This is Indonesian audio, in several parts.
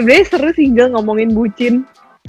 Sebenarnya seru sih Jel ngomongin bucin.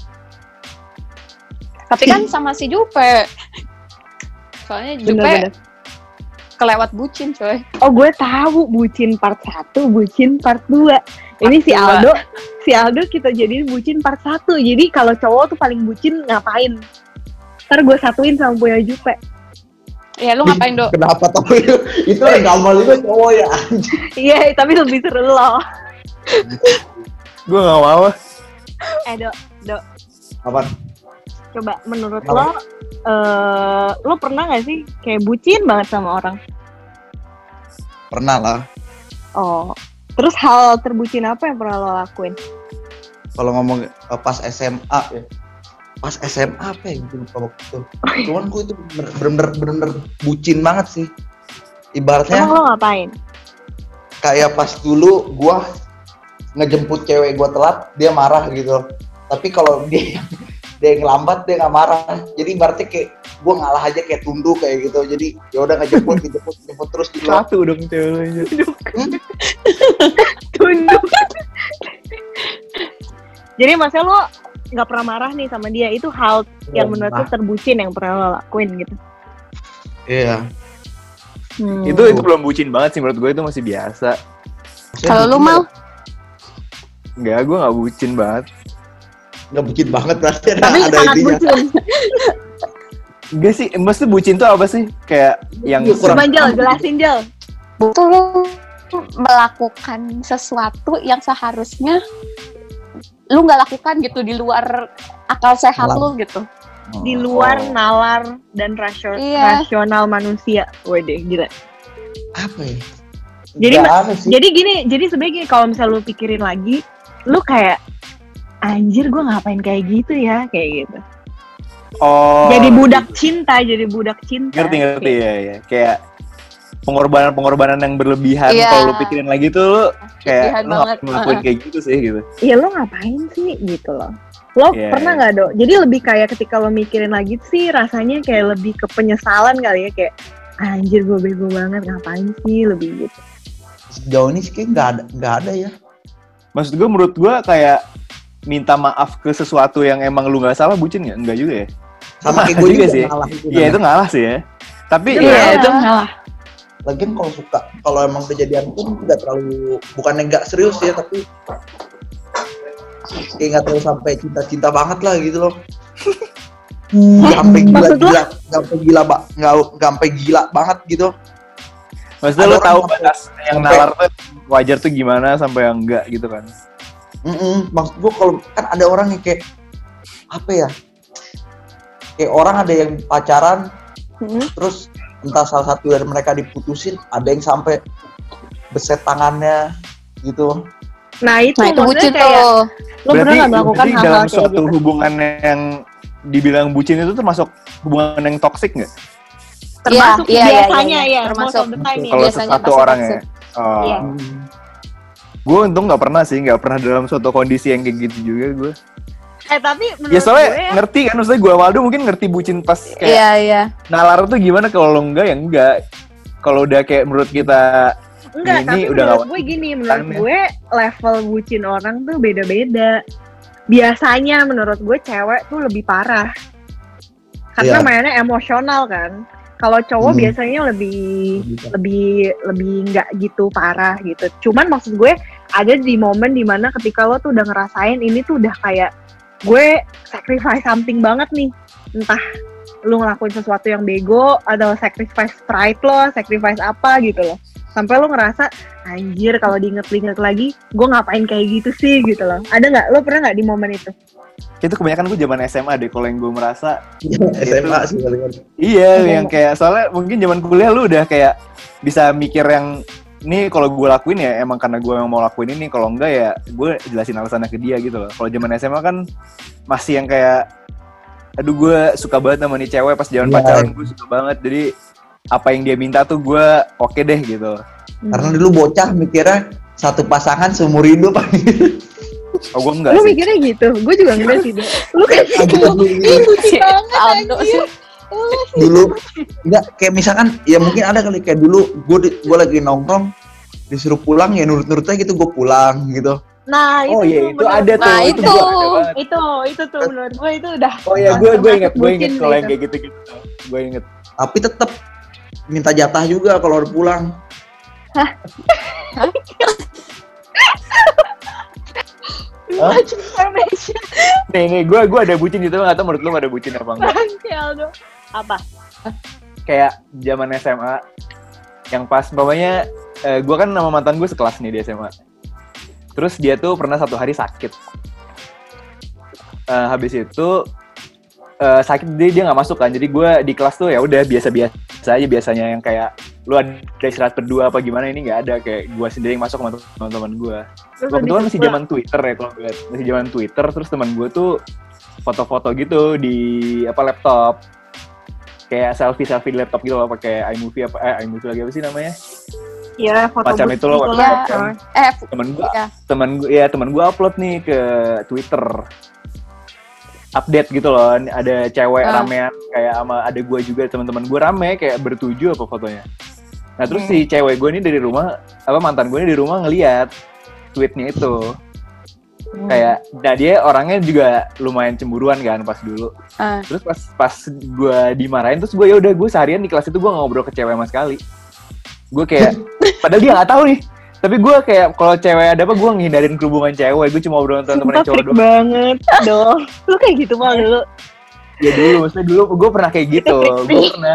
Tapi kan sama si Jupe. Soalnya Jupe Bener-bener. kelewat bucin coy. Oh gue tahu bucin part 1, bucin part 2. Ini si Aldo kita jadiin bucin part 1. Jadi kalau cowok tuh paling bucin ngapain? Ntar gue satuin sama punya Jupe. Ya lu ngapain Dok? Kenapa tahu itu yang gamal itu cowok ya? Iya, tapi lebih seru loh. Gue gak mau. Dok. Apa? Coba menurut lo pernah gak sih kayak bucin banget sama orang? Pernah lah. Oh, terus hal terbucin apa yang pernah lo lakuin? Kalau ngomong pas SMA ya. Pas SMA apa ya gue lupa waktu itu. Cuman gue itu bener-bener bucin banget sih. Ibaratnya Emang lo ngapain? kayak pas dulu gue ngejemput cewek gue telat, dia marah gitu. Tapi kalau dia yang lambat dia nggak marah. Jadi berarti kayak gue ngalah aja kayak tunduk kayak gitu. Jadi ya udah ngejemput terus di luar. Satu dong ceweknya. Tunduk. Jadi maksudnya lo nggak pernah marah nih sama dia, itu hal yang menurut lo terbucin yang pernah lo lakuin gitu? Iya. Itu belum bucin banget sih menurut gue, itu masih biasa. Kalau lu mau? Enggak, gue nggak bucin banget. Nggak bucin banget berarti Tapi ada sangat intinya. bucin. Enggak sih, maksudnya bucin tuh apa sih? Kayak yang Coba Jel, jelasin Jel. Betul lu melakukan sesuatu yang seharusnya lu nggak lakukan gitu, di luar akal sehat lu gitu. Di luar nalar dan rasional manusia. Wede, gila. Apa ya? Jadi sebenarnya gini, kalau misalnya lu pikirin lagi, lu kayak anjir gue ngapain kayak gitu ya, kayak gitu. Oh. Jadi budak cinta. Ngerti ya. Kayak pengorbanan yang berlebihan. Iya. Kalau lu pikirin lagi tuh lu kayak Berlebihan lu banget. ngapain ngelakuin kayak gitu sih gitu. Iya, lo ngapain sih gitu loh. Lo Yeah. pernah nggak Dok? Jadi lebih kayak ketika lo mikirin lagi sih rasanya kayak lebih ke penyesalan kali ya, kayak anjir gue bego banget ngapain sih, lebih gitu. Sejauh ini sih kayak nggak ada ya. Maksud gue, menurut gue kayak minta maaf ke sesuatu yang emang lu nggak salah, bucin nggak? Enggak juga ya. Sama kayak gue juga sih. ngalah. Iya, itu ngalah sih ya. Tapi Iya, itu ngalah. Lagian kalau emang kejadian pun nggak terlalu, bukannya nggak serius ya, tapi kayak nggak terlalu sampai cinta banget lah gitu loh. Sampai gila banget gitu. maksudnya lu tahu batas yang nalar tuh wajar tuh gimana sampai yang enggak gitu kan. Maksud gue kalau kan ada orang yang kayak apa ya, kayak orang ada yang pacaran terus entah salah satu dari mereka diputusin, ada yang sampai beset tangannya gitu. Nah itu bucin kayak tuh. lo pernah nggak melakukan berarti hal-hal dalam kayak suatu gitu? hubungan yang dibilang bucin itu termasuk hubungan yang toksik nggak? Termasuk Iya, biasanya iya. ya, Termasuk. most of the time ya. Kalau biasanya satu pasti orang ya. toxic. Oh. Iya. Gue untung nggak pernah dalam suatu kondisi yang kayak gitu juga gue. Tapi menurut Ya soalnya gue ngerti kan, maksudnya gue Waldo mungkin ngerti bucin pas kayak Iya. nalar tuh gimana, kalau lo enggak ya enggak. Kalau udah kayak menurut kita enggak, ini tapi udah menurut gue gini, menurut Tannya. gue level bucin orang tuh beda-beda. Biasanya menurut gue cewek tuh lebih parah. Karena Iya. mainnya emosional kan. Kalau cowok biasanya lebih nggak gitu parah gitu. Cuman maksud gue ada di momen dimana ketika lo tuh udah ngerasain ini tuh udah kayak gue sacrifice something banget nih. Entah lu ngelakuin sesuatu yang bego atau sacrifice pride lo, sacrifice apa gitu loh. Sampai lo ngerasa anjir kalau diinget-inget lagi gue ngapain kayak gitu sih gitu loh. Ada nggak? Lo pernah nggak di momen itu? itu kebanyakan gue zaman SMA deh kalau yang gue merasa. SMA sih kalian. Iya, yang kayak soalnya mungkin zaman kuliah lu udah kayak bisa mikir yang ini kalau gue lakuin ya emang karena gue yang mau lakuin ini, kalau enggak ya gue jelasin alasannya ke dia gitu loh. Kalau zaman SMA kan masih yang kayak aduh gue suka banget sama nih cewek, pas zaman pacaran gue suka banget, jadi apa yang dia minta tuh gue oke deh gitu. Karena dulu bocah mikirnya satu pasangan seumur hidup. Oh gue enggak Lu sih. mikirnya gitu? Gue juga enggak sih. Lu kayak Aldo sih. Dulu enggak kayak misalkan ya mungkin ada kali kayak dulu gue lagi nongkrong disuruh pulang ya nurut-nurut aja gitu, gue pulang gitu. Nah, Oh iya, itu menurut ada gua- tuh. Nah, itu itu. gua ada banget. itu tuh menurut gue itu udah Oh iya, gue termasuk inget bucin kalau yang gitu. kayak gitu-gitu. Gue inget. Tapi tetap minta jatah juga kalau udah pulang. Hah? Information. Nih, gue ada bucin gitu, nggak tahu menurut lu ada bucin apa enggak? Bangke Aldo. Apa? Kayak zaman SMA, yang pas, pokoknya gue kan sama mantan gue sekelas nih di SMA. Terus dia tuh pernah satu hari sakit. Habis itu sakit dia nggak masuk kan, jadi gue di kelas tuh ya udah biasa aja, biasanya yang kayak lu ada istirahat berdua apa gimana, ini nggak ada, kayak gue sendiri yang masuk sama teman-teman gue. Waktu itu kan masih zaman Twitter ya, kalau gue lihat masih zaman Twitter. Terus teman gue tuh foto-foto gitu di laptop, kayak selfie di laptop gitu loh, pakai iMovie iMovie lagi apa sih namanya? Iya, foto Macam booth itu loh, gitu ya. lah. temen gue upload nih ke Twitter, update gitu loh, ada cewek ramean kayak sama ada gue juga, teman-teman gue rame kayak bertujuh apa fotonya. Nah terus si cewek gue ini dari rumah, mantan gue ini di rumah ngeliat tweetnya itu. Kayak, nah dia orangnya juga lumayan cemburuan kan pas dulu. Terus pas gue dimarahin, terus gue ya udah, gue seharian di kelas itu gue nggak ngobrol ke cewek sama sekali. Gue kayak, padahal dia nggak tahu nih. Tapi gue kayak kalau cewek ada apa, gue ngehindarin hubungan cewek. Gue cuma ngobrol sama temen-temen cowok doang. Banget dong. Lu kayak gitu mah dulu. Ya dulu, maksudnya dulu gue pernah kayak gitu. Gue pernah.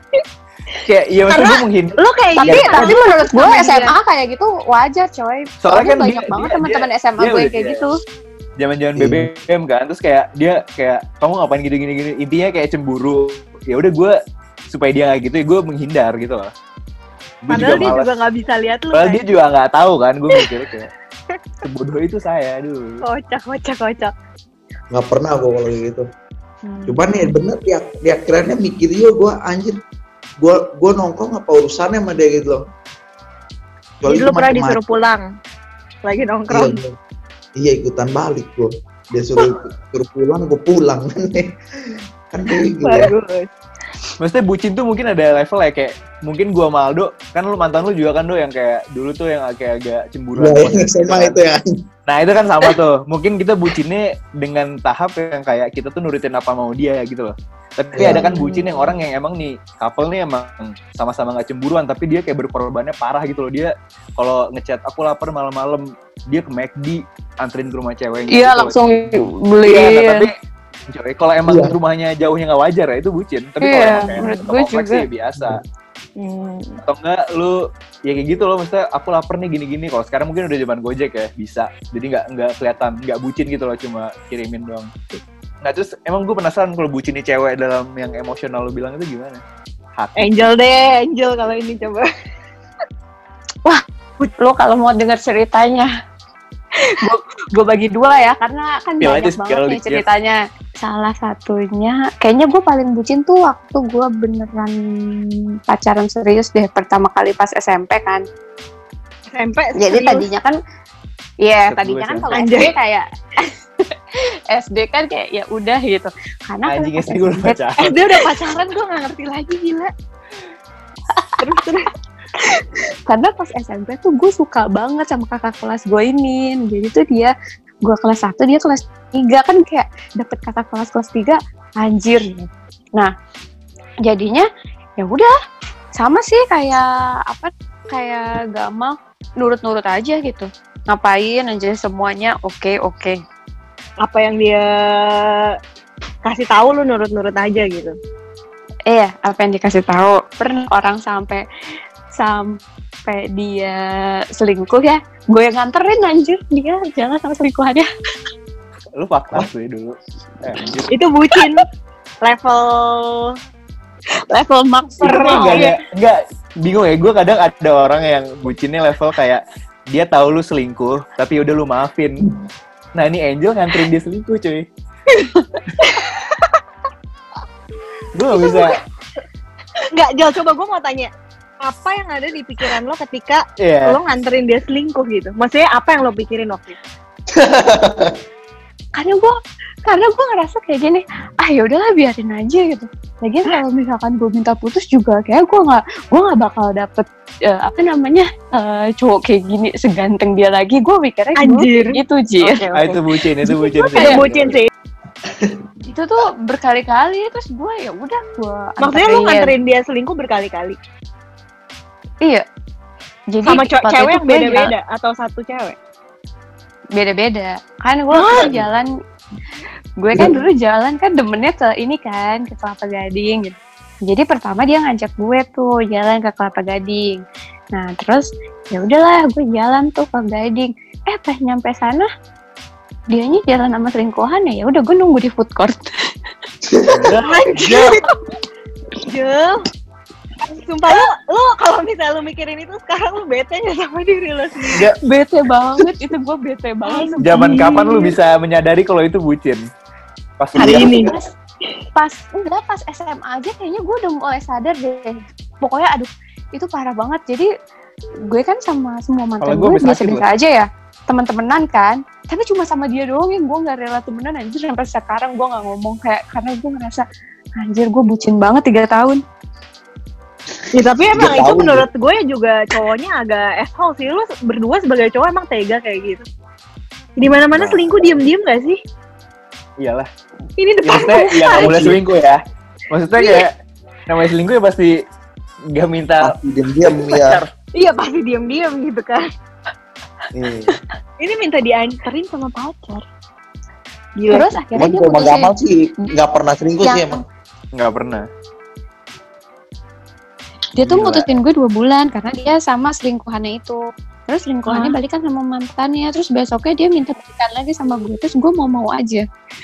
Kayak, iya maksudnya gue menghindar. Lu kayak Tapi menurut gue sama SMA dia. kayak gitu wajar coy. Soalnya kan banyak banget teman-teman SMA gue kayak gitu. Zaman-zaman BBM kan, terus kayak dia kayak, kamu ngapain gini-gini, intinya kayak cemburu. Ya udah gue, supaya dia nggak gitu, ya gue menghindar gitu loh. Padahal dia juga nggak bisa lihat lu. Padahal dia juga nggak tahu kan, gue mikirnya kayak sebodoh itu saya, aduh. Kocak. Nggak pernah gue kalau kayak gitu. Cuman nih bener di akhirnya mikir juga gue, anjir, gue nongkrong apa urusannya sama dia gitu loh. Jadi lu pernah disuruh pulang lagi nongkrong. Iya ikutan balik gue. Dia suruh pulang, gue pulang kan kayak gitu ya. Bagus. Maksudnya bucin tuh mungkin ada level ya, kayak mungkin gua sama Aldo, kan lu mantan lu juga kan Do, yang kayak dulu tuh yang kayak agak cemburuan. Ya, SMA itu ya. Nah itu kan sama tuh, mungkin kita bucinnya dengan tahap yang kayak kita tuh nurutin apa mau dia gitu loh. Tapi ada kan bucin yang orang yang emang nih, couple nih emang sama-sama gak cemburuan, tapi dia kayak berkorbannya parah gitu loh. Dia kalau ngechat, aku lapar malam-malam, dia ke McD, anterin ke rumah ceweknya. Iya gitu langsung loh. beliin. Iya, nah, tapi kalau emang rumahnya jauhnya nggak wajar ya itu bucin. Tapi kalau emang kayak kompleks sih biasa. Atau enggak lu ya kayak gitu loh, maksudnya aku lapar nih gini-gini. Kalau sekarang mungkin udah zaman Gojek ya, bisa. Jadi nggak kelihatan, nggak bucin gitu loh, cuma kirimin doang. Nah terus emang gue penasaran kalau bucin nih cewek dalam yang emosional lu bilang itu gimana? Angel kalau ini coba. Wah, lu kalau mau denger ceritanya, gue bagi dua ya, karena kan banyak banget nih ceritanya. Salah satunya, kayaknya gue paling bucin tuh waktu gue beneran pacaran serius deh, pertama kali pas SMP kan. SMP Jadi tadinya kan, tadinya kan kalau SD kayak SD kan kayak ya udah gitu. Karena anjing SD gue udah pacaran. SD udah pacaran, gue nggak ngerti lagi, gila. Terus. Karena pas SMP tuh gue suka banget sama kakak kelas gue ini. Jadi tuh gue kelas 1, dia kelas 3, kan kayak dapet kakak kelas 3, anjir. Nah, jadinya ya udah sama sih kayak Gamal, nurut-nurut aja gitu. Ngapain aja semuanya oke. Apa yang dia kasih tahu lu nurut-nurut aja gitu. Iya, apa yang dikasih tahu. Pernah orang sampai dia selingkuh ya, gue yang nganterin, anjir, dia jangan sama selingkuhannya. Lu fakta sih dulu. Itu bucin level maxer. Enggak, bingung ya, gue kadang ada orang yang bucinnya level kayak dia tahu lu selingkuh tapi udah lu maafin. Nah ini Angel nganterin dia selingkuh cuy. Gue gak bisa. Enggak, Jel, coba gue mau tanya, apa yang ada di pikiran lo ketika lo nganterin dia selingkuh gitu? Maksudnya apa yang lo pikirin waktu itu? Karena gue ngerasa kayak gini, ya udahlah biarin aja gitu. Lagian kalau misalkan gue minta putus juga kayak gue nggak bakal dapet cowok kayak gini seganteng dia lagi. Gue mikirnya Anjir. gitu Jir. Oke. Itu bucin Itu sih. bucin sih. Itu tuh berkali-kali terus gue ya udah gue Maksudnya lu nganterin dia selingkuh berkali-kali iya. Jadi sama waktu cewek itu yang gue beda-beda atau satu cewek? beda-beda kan gue dulu jalan kan demennya ke ini kan ke Kelapa Gading gitu. Jadi pertama dia ngajak gue tuh jalan ke Kelapa Gading. Nah terus ya udahlah gue jalan tuh ke Gading. Pas nyampe sana dianya jalan sama selingkuhan ya udah gue nunggu di food court. Jul, sumpah lu kalau misalnya lu mikirin itu sekarang lu bete nggak sama diri lu sendiri? Bete banget itu gue bete banget. Zaman kapan lu bisa menyadari kalau itu bucin? Pas Hari kuliah. ini. Pas SMA aja kayaknya gue udah mulai sadar deh. Pokoknya aduh itu parah banget. Jadi gue kan sama semua mantan Kalau gue gue biasa-biasa aja ya. Teman-temenan kan. Tapi cuma sama dia doang yang gue gak rela temenan. Anjir sampai sekarang gue gak ngomong kayak karena gue ngerasa anjir gue bucin banget 3 tahun. Ya tapi emang 3 itu tahun menurut gue juga cowoknya agak asshole sih. Lu berdua sebagai cowok emang tega kayak gitu. Di mana-mana Nah. selingkuh diem-diem gak sih? Iyalah. Ini Ya, depan maksudnya ya nggak boleh muka. selingkuh ya. Maksudnya kayak namanya selingkuh ya pasti gak minta Pasti diam-diam ya. pacar. Iya pasti diem-diem gitu kan. Iya. Ini minta dianterin sama pacar. Gila. Terus akhirnya Cuman dia kalau Bang putusin. Gamal sih nggak pernah selingkuh sih Yang- emang. Nggak pernah. Dia tuh Gila. mutusin gue 2 bulan karena dia sama selingkuhannya itu. Terus selingkuhannya balikan sama mantannya. Terus besoknya dia minta balikan lagi sama gue. Terus gue mau aja.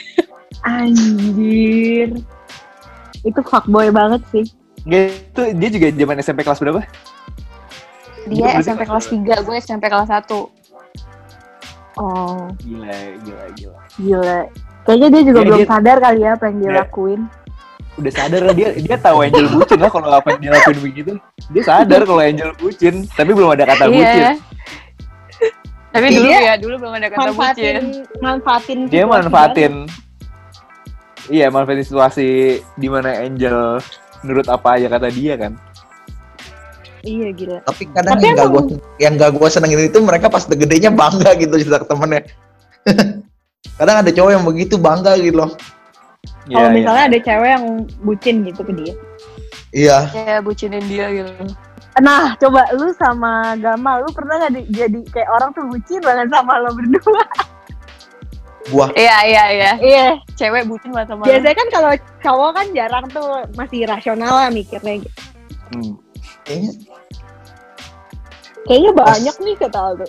Anjir. Itu fuckboy banget sih. Itu dia juga zaman SMP kelas berapa? Dia Berarti SMP kelas kelas 3, gue SMP kelas 1. Oh, Gila. gila. Kayaknya dia juga Iya, belum dia- sadar kali ya apa yang dia Iya. lakuin. Udah sadar lah dia tahu Angel bucin lah kalau apa yang dia lakuin begitu. Dia sadar kalau Angel bucin, tapi belum ada kata bucin. Iya. Tapi Dia dulu belum ada kata bucin. Manfaatin Dia situasi manfaatin. Iya, manfaatin situasi di mana Angel nurut apa aja kata dia kan. banget. Iya gila. Tapi kadang Tapi yang gak gue senengin itu mereka pas udah gedenya bangga gitu cerita ke temennya. Kadang ada cowok yang begitu bangga gitu loh. Kalau Iya, misalnya iya. ada cewek yang bucin gitu ke dia. Iya. Ya bucinin dia gitu. Nah, coba lu sama Gamal, lu pernah gak jadi kayak orang tuh bucin banget sama lo berdua? Gua Iya. Iya. Cewek bucin banget sama Biasanya kan kalau cowok kan jarang tuh masih rasional lah mikirnya gitu. Hmm. kayaknya Kayaknya banyak nih kata lu.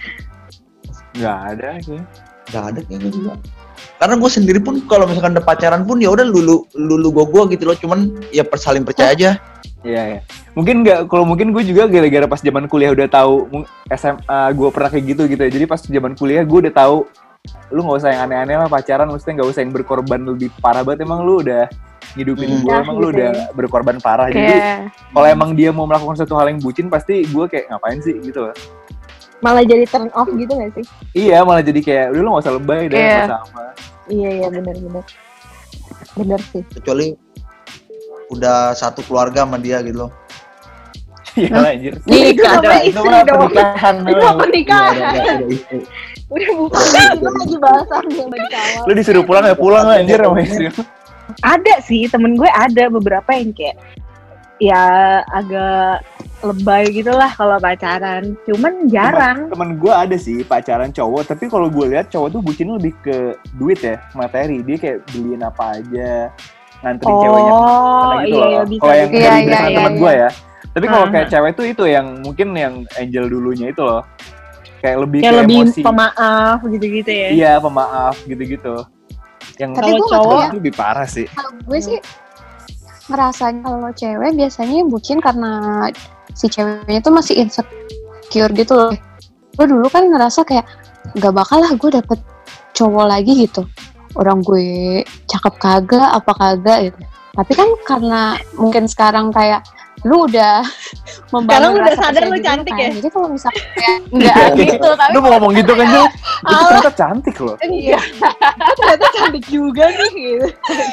Nggak ada sih. nggak ada kayaknya juga. Karena gue sendiri pun kalau misalkan ada pacaran pun ya udah lulu gua gitu loh. Cuman ya saling percaya aja. Iya. Mungkin mungkin gue juga gara-gara pas zaman kuliah udah tahu SMA gue pernah kayak gitu ya. Jadi pas zaman kuliah gue udah tahu lu nggak usah yang aneh-aneh lah pacaran, maksudnya nggak usah yang berkorban lebih parah banget. Emang lu udah ngidupin gue, Nah, emang lu gitu udah ya. berkorban parah. Jadi Iya. kalau emang dia mau melakukan suatu hal yang bucin, pasti gue kayak ngapain sih gitu loh. Malah jadi turn off gitu gak sih? Iya, malah jadi kayak udah lu nggak usah lebay dah, Iya. nggak usah apa. Iya benar. Benar sih. Kecuali udah satu keluarga sama dia gitu loh. Iya lah anjir. Nikah Itu dong, itu istri mah dong. pernikahan. Itu memang. pernikahan. Udah itu. Udah bukan itu lagi bahasan yang dikawal. Lu disuruh pulang ya pulang lah anjir sama istri. Ada sih, temen gue ada beberapa yang kayak ya agak lebay gitu lah kalau pacaran. Cuman jarang. Temen gue ada sih pacaran cowok, tapi kalau gue lihat cowok tuh bucin lebih ke duit ya, materi. Dia kayak beliin apa aja, nganterin ceweknya kemana gitu iya, loh. bisa. Kalau yang Iya, dari iya, teman iya, teman iya. gue ya. Tapi kalau Ah. kayak cewek tuh itu yang mungkin yang Angel dulunya itu loh. Kayak lebih Kayak ke lebih emosi. pemaaf gitu-gitu ya. Iya, pemaaf gitu-gitu. Yang Tapi gue nggak cowok- tahu ya. itu lebih parah sih. Kalau gue sih ngerasanya kalau cewek biasanya bucin karena si ceweknya tuh masih insecure gitu loh. Gue dulu kan ngerasa kayak gak bakal lah gue dapet cowok lagi gitu. Orang gue cakep kagak, apa kagak gitu. Tapi kan karena mungkin sekarang kayak lu udah Sekarang membangun udah rasa sadar percaya lu diri cantik kan. ya? Jadi kalau misalnya enggak gitu, tapi Lu mau ngomong gitu kan, Jul? Itu ternyata cantik loh. enggak Ternyata cantik juga nih gitu.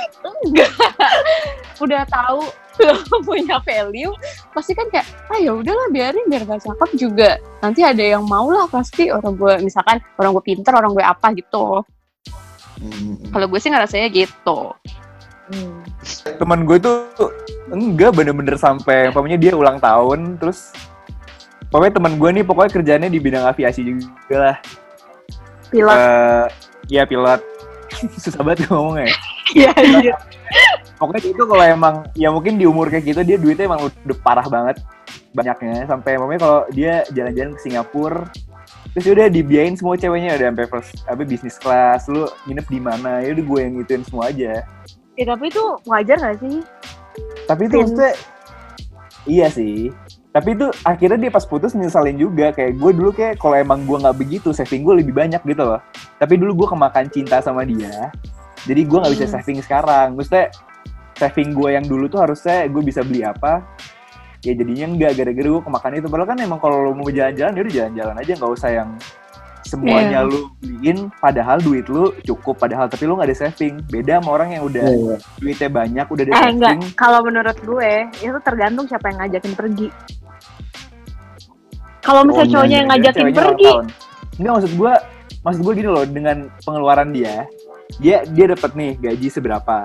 udah tahu lo punya value, pasti kan kayak ya udahlah biarin, biar gak cakep juga nanti ada yang mau lah pasti, orang gue misalkan orang gue pinter, orang gue apa gitu. Kalau gue sih ngerasanya gitu. Teman gue tuh enggak bener-bener sampai pokoknya dia ulang tahun terus pokoknya teman gue nih pokoknya kerjanya di bidang aviasi juga lah. Pilot. Ya pilot. Susah banget ngomongnya. Iya. Pokoknya itu kalau emang ya mungkin di umur kayak gitu dia duitnya emang udah parah banget banyaknya, sampai pokoknya kalau dia jalan-jalan ke Singapura terus udah dibiayain semua ceweknya, ada sampai first bisnis class, lu nginep di mana ya udah gue yang ngituin semua aja. Tapi itu wajar gak sih? Tapi itu maksudnya iya sih. Tapi itu akhirnya dia pas putus nyesalin juga. Kayak gue dulu kayak kalau emang gue gak begitu, saving gue lebih banyak gitu loh. Tapi dulu gue kemakan cinta sama dia. Jadi gue gak bisa saving sekarang. Maksudnya saving gue yang dulu tuh harusnya gue bisa beli apa. Ya jadinya enggak, gara-gara gue kemakan itu. Padahal kan emang kalau lo mau jalan-jalan, yaudah jalan-jalan aja. Gak usah yang semuanya lu beliin, padahal duit lu cukup, padahal tapi lu nggak ada saving. Beda sama orang yang udah duitnya banyak, udah ada saving. Enggak, kalau menurut gue itu tergantung siapa yang ngajakin pergi. Kalau misalnya cowoknya yang ngajakin pergi, enggak, maksud gue gini loh, dengan pengeluaran dia dapat nih gaji seberapa,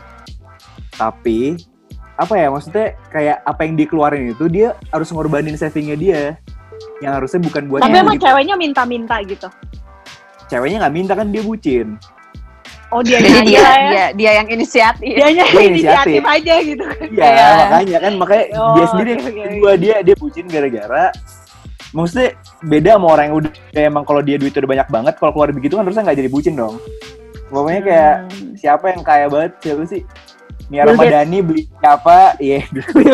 tapi apa ya, maksudnya kayak apa yang dikeluarin itu dia harus ngorbanin savingnya dia yang harusnya bukan buat. Tapi emang gitu. Ceweknya minta-minta gitu. Ceweknya nggak minta kan, dia bucin. Oh dia yang inisiatif. Dia inisiatif aja gitu. Iya, makanya dia sendiri dia bucin gara-gara. Maksudnya beda sama orang yang udah emang kalau dia duit udah banyak banget, kalau keluar begitu kan harusnya nggak jadi bucin dong. Pokoknya kayak siapa yang kaya banget, siapa sih? Nia Ramadhani beli apa? Iya.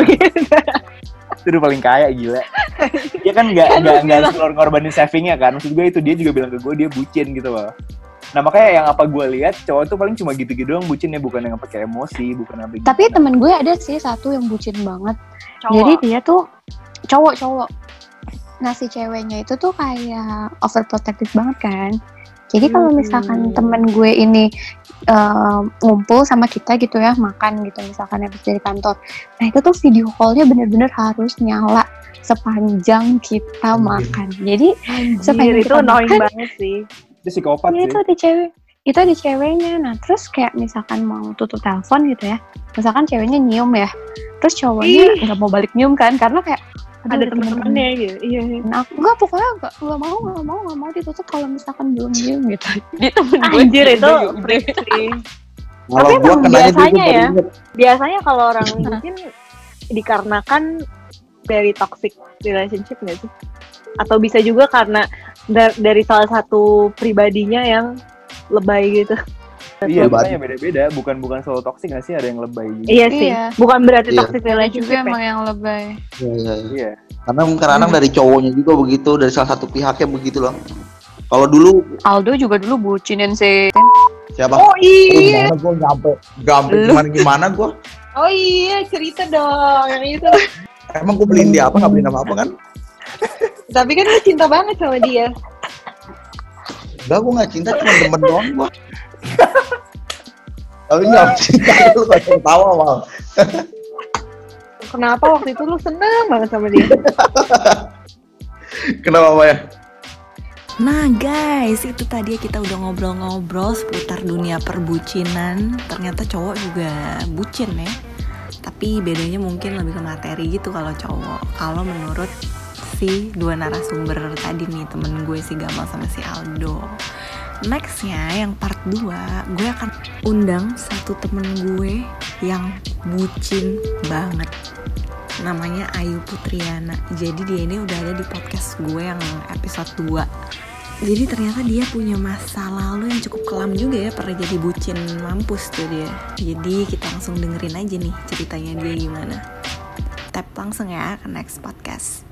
Itu udah paling kaya, gila. Dia kan nggak keluar ngorbanin savingnya kan. Maksud gue itu dia juga bilang ke gue dia bucin gitu loh. Nah makanya yang apa gue lihat cowok tuh paling cuma gitu-gitu doang bucinnya, bukan yang pakai emosi, bukan apa. Tapi temen gue ada sih satu yang bucin banget. Cowok. Jadi dia tuh cowok. Nah si ceweknya itu tuh kayak overprotective banget kan. Jadi kalau misalkan temen gue ini ngumpul sama kita gitu ya, makan gitu misalkan habis dari kantor, nah itu tuh video call-nya bener-bener harus nyala sepanjang kita makan. Jadi sepanjang itu annoying banget sih. Itu psikopat sih. Itu ada ceweknya. Nah terus kayak misalkan mau tutup telepon gitu ya, misalkan ceweknya nyium ya, terus cowoknya nggak mau balik nyium kan, karena kayak ada temen-temennya gitu. Iya. Nah, enggak, pokoknya enggak mau ditutup kalau misalkan belum nyium gitu. Di temen gue. Anjir itu freak sih. Tapi emang biasanya kalau orang bucin dikarenakan dari toxic relationship nggak sih? Atau bisa juga karena dari salah satu pribadinya yang lebay gitu. Iya, makanya beda-beda, bukan selalu toksik nggak sih, ada yang lebay juga. Iya sih, bukan berarti toxic relationship juga emang yang lebay. Iya. Karena kadang dari cowoknya juga begitu, dari salah satu pihaknya begitu loh. Kalau dulu Aldo juga dulu bucinin sih. Siapa? Oh iya. Gue nyampe gimana gue? Oh iya, cerita dong yang itu. Emang gue beliin dia apa? Nggak beliin apa-apa kan? Tapi kan lu cinta banget sama dia. Enggak, gue nggak cinta, cuma demen doang gue. Tapi nggak cinta, lu gak ketawa mal. Kenapa waktu itu lu seneng banget sama dia? Kenapa ya? Nah guys, itu tadi kita udah ngobrol-ngobrol seputar dunia perbucinan. Ternyata cowok juga bucin ya. Tapi bedanya mungkin lebih ke materi gitu kalau cowok. Kalau menurut si dua narasumber tadi nih, temen gue si Gamal sama si Aldo. Nextnya yang part 2, gue akan undang satu temen gue yang bucin banget. Namanya Ayu Putriana. Jadi dia ini udah ada di podcast gue yang episode 2. Jadi ternyata dia punya masa lalu yang cukup kelam juga ya, pernah jadi bucin mampus tuh dia. Jadi kita langsung dengerin aja nih ceritanya dia gimana. Tap langsung ya ke next podcast.